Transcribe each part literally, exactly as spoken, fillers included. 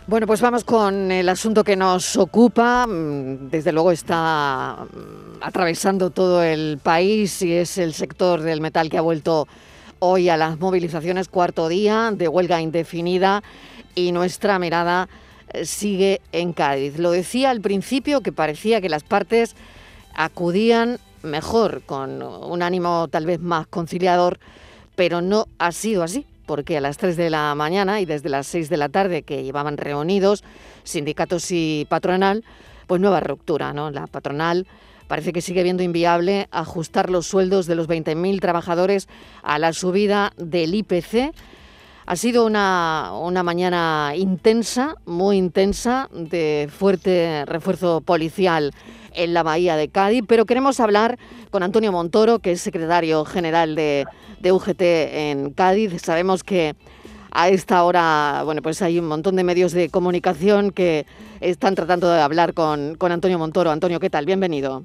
Bueno, pues vamos con el asunto que nos ocupa. Desde luego está atravesando todo el país y es el sector del metal que ha vuelto hoy a las movilizaciones, cuarto día de huelga indefinida, y nuestra mirada sigue en Cádiz. Lo decía al principio, que parecía que las partes acudían mejor, con un ánimo tal vez más conciliador, pero no ha sido así, porque a las tres de la mañana y desde las seis de la tarde, que llevaban reunidos sindicatos y patronal, pues nueva ruptura, ¿no? La patronal parece que sigue viendo inviable ajustar los sueldos de los veinte mil trabajadores a la subida del I P C. Ha sido una, una mañana intensa, muy intensa, de fuerte refuerzo policial en la bahía de Cádiz, pero queremos hablar con Antonio Montoro, que es secretario general de, de U G T en Cádiz. Sabemos que a esta hora, bueno, pues hay un montón de medios de comunicación que están tratando de hablar con, con Antonio Montoro. Antonio, ¿qué tal? Bienvenido.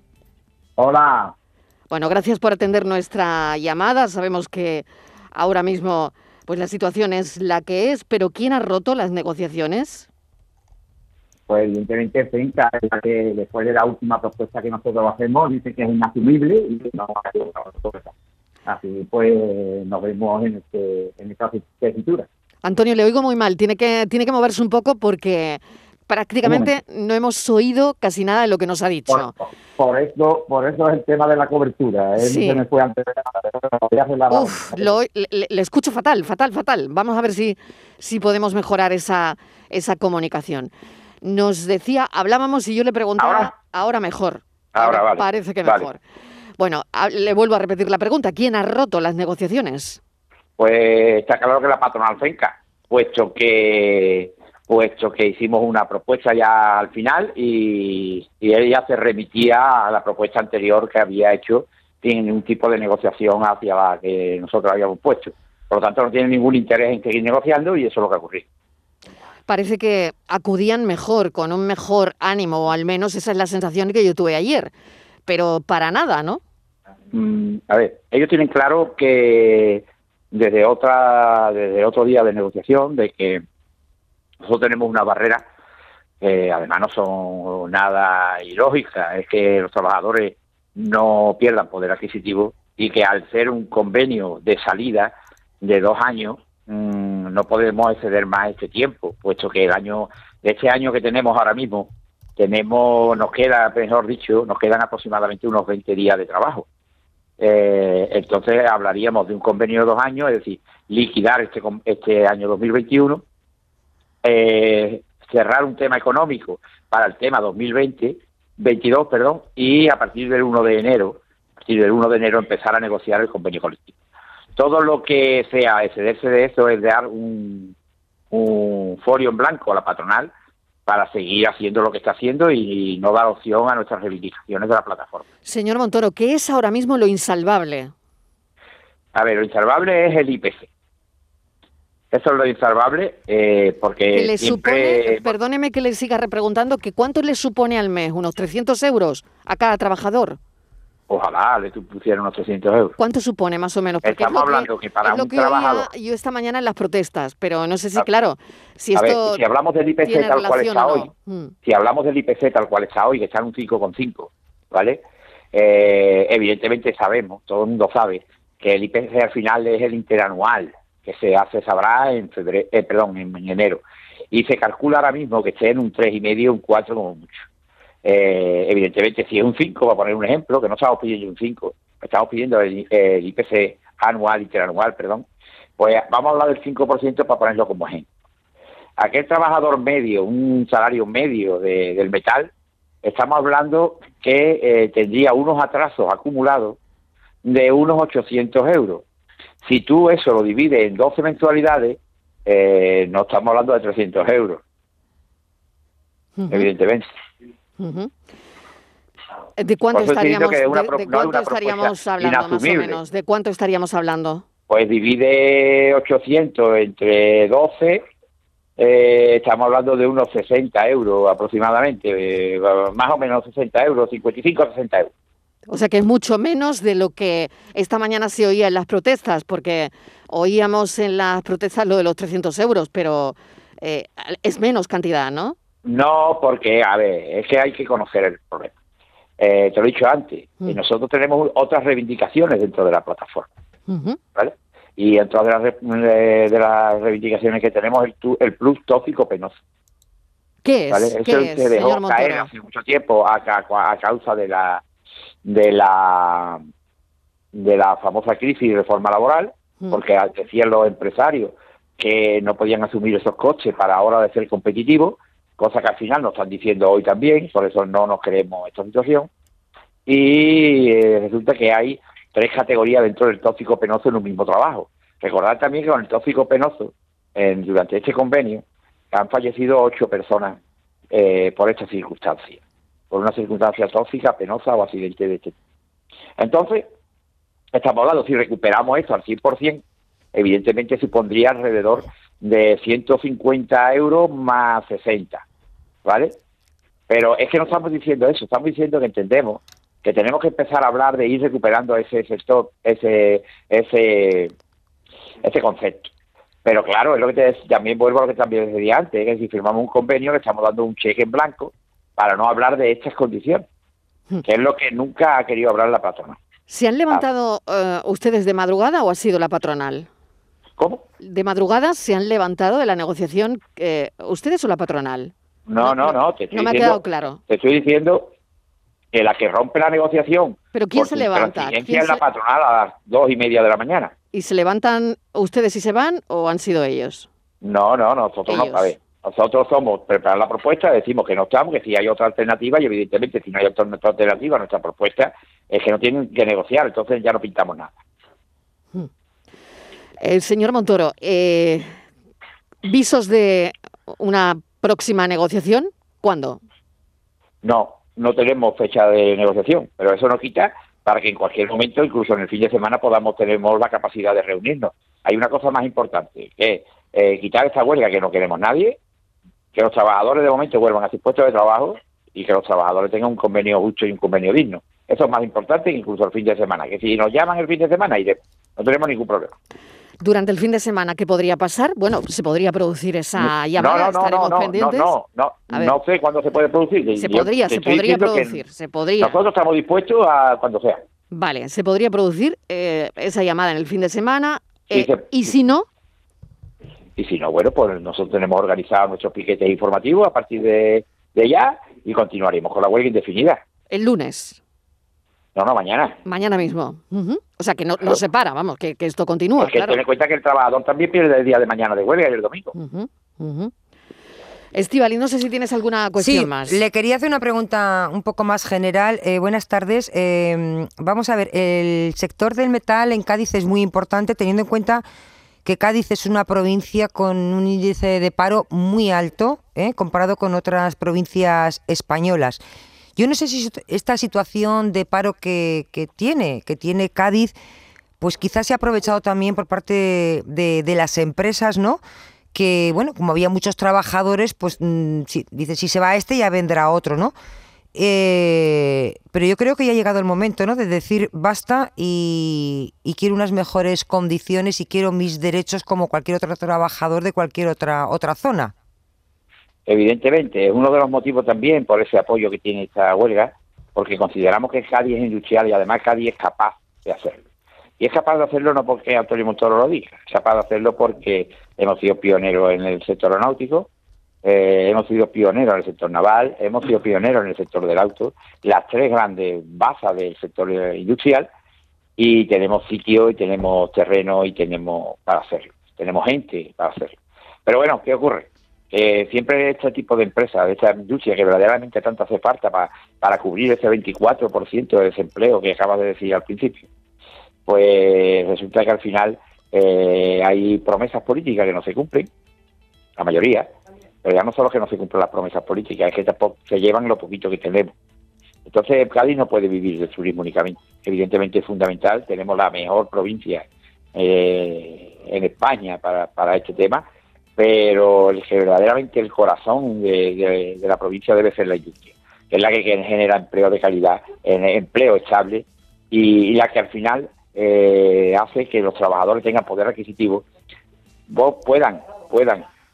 Hola. Bueno, gracias por atender nuestra llamada. Sabemos que ahora mismo pues la situación es la que es, pero ¿quién ha roto las negociaciones? Pues evidentemente Finca, que después de la última propuesta que nosotros hacemos, dice que es inasumible y que no va a hacer una propuesta. Así pues nos vemos en, este, en esta tesitura. Antonio, le oigo muy mal, tiene que, tiene que moverse un poco porque prácticamente no hemos oído casi nada de lo que nos ha dicho. Por, por, eso, por eso es el tema de la cobertura. Él Sí. se me fue antes de la... Uf, lo, le, le escucho fatal, fatal, fatal. Vamos a ver si, si podemos mejorar esa, esa comunicación. Nos decía, hablábamos y yo le preguntaba, ahora, ahora mejor. Ahora, ahora vale. Parece que vale. mejor. Bueno, a, le vuelvo a repetir la pregunta. ¿Quién ha roto las negociaciones? Pues está claro que la patronal Finca, puesto que puesto que hicimos una propuesta ya al final y, y ella se remitía a la propuesta anterior que había hecho sin un tipo de negociación hacia la que nosotros habíamos puesto. Por lo tanto, no tiene ningún interés en seguir negociando y eso es lo que ocurrió. Parece que acudían mejor, con un mejor ánimo, o al menos esa es la sensación que yo tuve ayer, pero para nada, ¿no? Mm, a ver, ellos tienen claro que desde otra desde otro día de negociación, de que nosotros tenemos una barrera que además no son nada ilógica, es que los trabajadores no pierdan poder adquisitivo y que al ser un convenio de salida de dos años mmm, no podemos exceder más este tiempo, puesto que el año de este año que tenemos ahora mismo tenemos nos queda, mejor dicho, nos quedan aproximadamente unos veinte días de trabajo. Eh, entonces hablaríamos de un convenio de dos años, es decir, liquidar este este año dos mil veintiuno. Eh, cerrar un tema económico para el tema dos mil veinte, veintidós, perdón, y a partir del uno de enero, a partir del uno de enero empezar a negociar el convenio colectivo. Todo lo que sea excederse de eso es dar un, un folio en blanco a la patronal para seguir haciendo lo que está haciendo y no dar opción a nuestras reivindicaciones de la plataforma. Señor Montoro, ¿qué es ahora mismo lo insalvable? A ver, lo insalvable es el I P C. Eso es lo insalvable, eh, porque que le siempre... supone, perdóneme que le siga repreguntando, que ¿cuánto le supone al mes? ¿Unos trescientos euros a cada trabajador? Ojalá le pusieran unos trescientos euros. ¿Cuánto supone más o menos? Porque Estamos es lo hablando que, que para es lo un que trabajador... oía yo esta mañana en las protestas, pero no sé si, a, claro, si a esto ver, si hablamos del I P C tal cual está no. hoy, hmm. si hablamos del I P C tal cual está hoy, que está en un cinco coma cinco, ¿vale? Eh, evidentemente sabemos, todo el mundo sabe, que el I P C al final es el interanual, que se hace, sabrá, en febrero, eh, perdón, en, en enero. Y se calcula ahora mismo que esté en un tres coma cinco, un cuatro como mucho. Eh, evidentemente, si es un cinco, para poner un ejemplo, que no estamos pidiendo un cinco, estamos pidiendo el, el I P C anual, interanual, perdón, pues vamos a hablar del cinco por ciento para ponerlo como ejemplo. Aquel trabajador medio, un salario medio de, del metal, estamos hablando que eh, tendría unos atrasos acumulados de unos ochocientos euros. Si tú eso lo divides en doce mensualidades, eh, no estamos hablando de trescientos euros, uh-huh. evidentemente. Uh-huh. ¿De cuánto estaríamos, de, una, de cuánto no estaríamos hablando más o menos? ¿De cuánto estaríamos hablando? Pues divide ochocientos entre doce, eh, estamos hablando de unos sesenta euros aproximadamente, eh, más o menos sesenta euros, cincuenta y cinco a sesenta euros. O sea que es mucho menos de lo que esta mañana se oía en las protestas, porque oíamos en las protestas lo de los trescientos euros, pero eh, es menos cantidad, ¿no? No, porque, a ver, es que hay que conocer el problema. Eh, te lo he dicho antes, mm. y nosotros tenemos otras reivindicaciones dentro de la plataforma, uh-huh. ¿vale? Y dentro de las, de, de las reivindicaciones que tenemos, el, el plus tóxico penoso. ¿Qué es? ¿Vale? Eso ¿Qué se es, dejó señor caer Montoro? hace mucho tiempo a, a, a causa de la de la de la famosa crisis de reforma laboral, uh-huh. porque decían los empresarios que no podían asumir esos costes para ahora de ser competitivos, cosa que al final nos están diciendo hoy también, por eso no nos creemos esta situación, y eh, resulta que hay tres categorías dentro del tóxico penoso en un mismo trabajo. Recordad también que con el tóxico penoso, en, durante este convenio, han fallecido ocho personas eh, por esta circunstancia, por una circunstancia tóxica, penosa o accidente de este tipo. Entonces, estamos hablando, si recuperamos esto al cien por ciento, evidentemente supondría alrededor de ciento cincuenta euros más sesenta, ¿vale? Pero es que no estamos diciendo eso, estamos diciendo que entendemos que tenemos que empezar a hablar de ir recuperando ese sector, ese ese ese concepto. Pero claro, es lo que te decía, también vuelvo a lo que también decía antes, que si firmamos un convenio le estamos dando un cheque en blanco para no hablar de estas condiciones, que es lo que nunca ha querido hablar la patronal. ¿Se han levantado uh, ustedes de madrugada o ha sido la patronal? ¿Cómo? ¿De madrugada se han levantado de la negociación eh, ustedes o la patronal? No, no, no. no te estoy no me diciendo, ha quedado claro. Te estoy diciendo que la que rompe la negociación... ¿Pero quién se levanta? ¿Quién es la se... patronal a las dos y media de la mañana? ¿Y se levantan ustedes y se van o han sido ellos? No, no, nosotros ellos. no, a ver, nosotros somos preparar la propuesta, decimos que no estamos, que si hay otra alternativa, y evidentemente si no hay otra alternativa, nuestra propuesta es que no tienen que negociar, entonces ya no pintamos nada. Hmm. El señor Montoro, eh, ¿visos de una próxima negociación? ¿Cuándo? No, no tenemos fecha de negociación, pero eso no quita para que en cualquier momento, incluso en el fin de semana, podamos tener la capacidad de reunirnos. Hay una cosa más importante, que es eh, quitar esta huelga que no queremos nadie, que los trabajadores de momento vuelvan a sus puestos de trabajo y que los trabajadores tengan un convenio justo y un convenio digno. Eso es más importante que incluso el fin de semana, que si nos llaman el fin de semana iremos, no tenemos ningún problema. Durante el fin de semana, ¿qué podría pasar? Bueno, se podría producir esa llamada, no, no, estaremos no, no, pendientes. No, no, no, no, no sé cuándo se puede producir. Se podría, se podría producir, se podría. Nosotros estamos dispuestos a cuando sea. Vale, se podría producir eh, esa llamada en el fin de semana, eh, sí, se, y si no... Y si no, bueno, pues nosotros tenemos organizados nuestros piquetes informativos a partir de, de ya y continuaremos con la huelga indefinida. ¿El lunes? No, no, mañana. Mañana mismo. Uh-huh. O sea, que no, claro. no se para, vamos, que, que esto continúa. Porque claro. ten en cuenta que el trabajador también pierde el día de mañana de huelga y el domingo. Uh-huh. Uh-huh. Estíbaliz, no sé si tienes alguna cuestión sí, más. Sí, le quería hacer una pregunta un poco más general. Eh, buenas tardes. Eh, vamos a ver, el sector del metal en Cádiz es muy importante, teniendo en cuenta que Cádiz es una provincia con un índice de paro muy alto, ¿eh? comparado con otras provincias españolas. Yo no sé si esta situación de paro que, que tiene, que tiene Cádiz, pues quizás se ha aprovechado también por parte de, de, de las empresas, ¿no? Que, bueno, como había muchos trabajadores, pues mmm, si, dice, si se va este ya vendrá otro, ¿no? Eh, pero yo creo que ya ha llegado el momento, ¿no? De decir basta y, y quiero unas mejores condiciones y quiero mis derechos como cualquier otro trabajador de cualquier otra otra zona. Evidentemente, es uno de los motivos también por ese apoyo que tiene esta huelga, porque consideramos que Cádiz es industrial y además Cádiz es capaz de hacerlo. Y es capaz de hacerlo no porque Antonio Montoro lo diga, es capaz de hacerlo porque hemos sido pioneros en el sector aeronáutico, eh, hemos sido pioneros en el sector naval, hemos sido pioneros en el sector del auto, las tres grandes bazas del sector industrial, y tenemos sitio y tenemos terreno y tenemos para hacerlo, tenemos gente para hacerlo. Pero bueno, ¿qué ocurre? Eh, siempre este tipo de empresas, de esta industria que verdaderamente tanto hace falta para, para cubrir ese veinticuatro por ciento de desempleo que acabas de decir al principio, pues resulta que al final eh, hay promesas políticas que no se cumplen, la mayoría, pero ya no solo que no se cumplen las promesas políticas, es que tampoco se llevan lo poquito que tenemos. Entonces Cádiz no puede vivir del turismo únicamente, evidentemente es fundamental, tenemos la mejor provincia eh, en España para, para este tema, pero el que verdaderamente el corazón de, de, de la provincia debe ser la industria, que es la que genera empleo de calidad, empleo estable y, y la que al final eh, hace que los trabajadores tengan poder adquisitivo, puedan puedan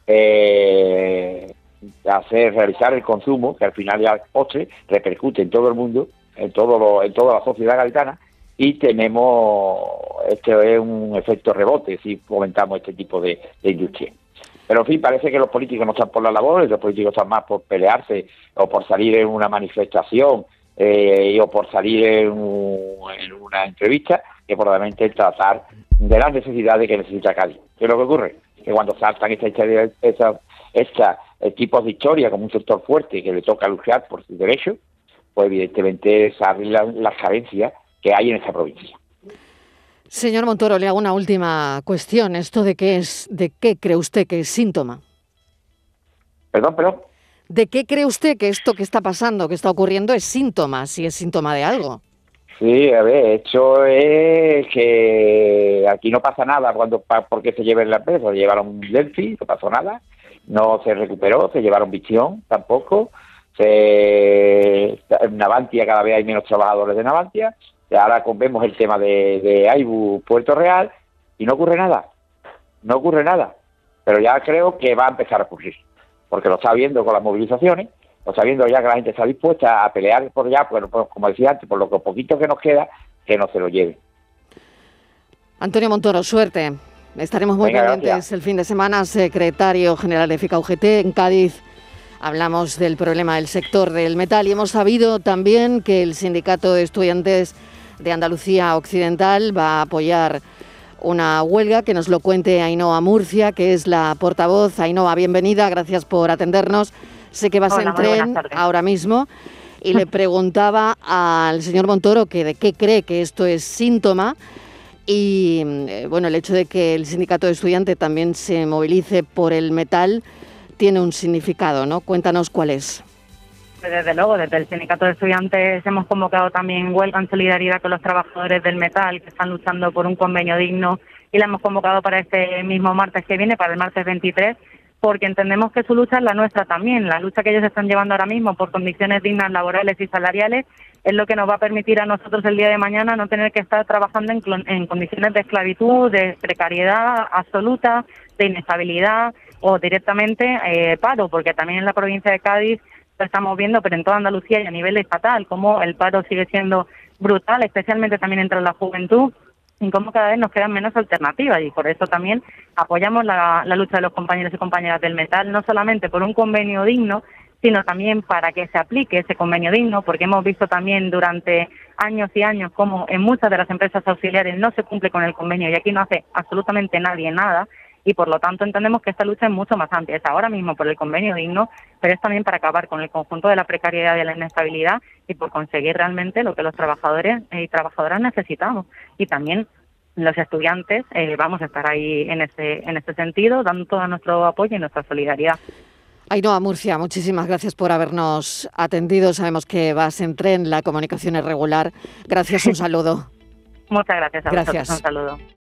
eh, hacer realizar el consumo, que al final ya el postre repercute en todo el mundo, en todo lo, en toda la sociedad gaditana, y tenemos, este es un efecto rebote si fomentamos este tipo de, de industria. Pero en fin, parece que los políticos no están por la labor, los políticos están más por pelearse o por salir en una manifestación eh, o por salir en, un, en una entrevista, que por realmente tratar de las necesidades que necesita Cádiz. ¿Qué es lo que ocurre? Que cuando saltan esta historia, esta, esta eh, tipos de historia como un sector fuerte que le toca luchar por sus derechos, pues evidentemente salen las, las carencias que hay en esta provincia. Señor Montoro, le hago una última cuestión. ¿Esto de qué es, de qué cree usted que es síntoma? Perdón, perdón. ¿De qué cree usted que esto que está pasando, que está ocurriendo, es síntoma, si es síntoma de algo? Sí, a ver, hecho es que aquí no pasa nada cuando porque se lleven la empresa. Se llevaron Delphi, no pasó nada, no se recuperó, se llevaron Visión tampoco, se, en Navantia cada vez hay menos trabajadores de Navantia, y ahora vemos el tema de, de Aibu Puerto Real y no ocurre nada, no ocurre nada, pero ya creo que va a empezar a ocurrir, porque lo está viendo con las movilizaciones, lo está viendo ya que la gente está dispuesta a pelear por ya, pues, como decía antes, por lo que poquito que nos queda, que no se lo lleve. Antonio Montoro, suerte. Estaremos muy Venga, pendientes gracias. el fin de semana, secretario general de F K U G T en Cádiz. Hablamos del problema del sector del metal y hemos sabido también que el Sindicato de Estudiantes de Andalucía Occidental va a apoyar una huelga, que nos lo cuente Ainhoa Murcia, que es la portavoz. Ainhoa, bienvenida, gracias por atendernos. Sé que vas Hola, en tren ahora mismo y le preguntaba al señor Montoro que de qué cree que esto es síntoma y eh, bueno, el hecho de que el sindicato de estudiantes también se movilice por el metal tiene un significado, ¿no? Cuéntanos cuál es. Desde luego, desde el Sindicato de Estudiantes hemos convocado también huelga en solidaridad con los trabajadores del metal que están luchando por un convenio digno y la hemos convocado para este mismo martes que viene, para el martes veintitrés, porque entendemos que su lucha es la nuestra también. La lucha que ellos están llevando ahora mismo por condiciones dignas laborales y salariales es lo que nos va a permitir a nosotros el día de mañana no tener que estar trabajando en, en condiciones de esclavitud, de precariedad absoluta, de inestabilidad o directamente eh, paro, porque también en la provincia de Cádiz lo estamos viendo, pero en toda Andalucía y a nivel estatal, cómo el paro sigue siendo brutal, especialmente también entre la juventud, y cómo cada vez nos quedan menos alternativas, y por eso también apoyamos la, la lucha de los compañeros y compañeras del metal, no solamente por un convenio digno, sino también para que se aplique ese convenio digno, porque hemos visto también durante años y años cómo en muchas de las empresas auxiliares no se cumple con el convenio y aquí no hace absolutamente nadie nada, y por lo tanto entendemos que esta lucha es mucho más amplia, es ahora mismo por el convenio digno, pero es también para acabar con el conjunto de la precariedad y de la inestabilidad y por conseguir realmente lo que los trabajadores y trabajadoras necesitamos. Y también los estudiantes eh, vamos a estar ahí en este, en este sentido, dando todo nuestro apoyo y nuestra solidaridad. Ainhoa Murcia, muchísimas gracias por habernos atendido. Sabemos que vas en tren, la comunicación es regular. Gracias, un saludo. Muchas gracias a Gracias. vosotros, un saludo.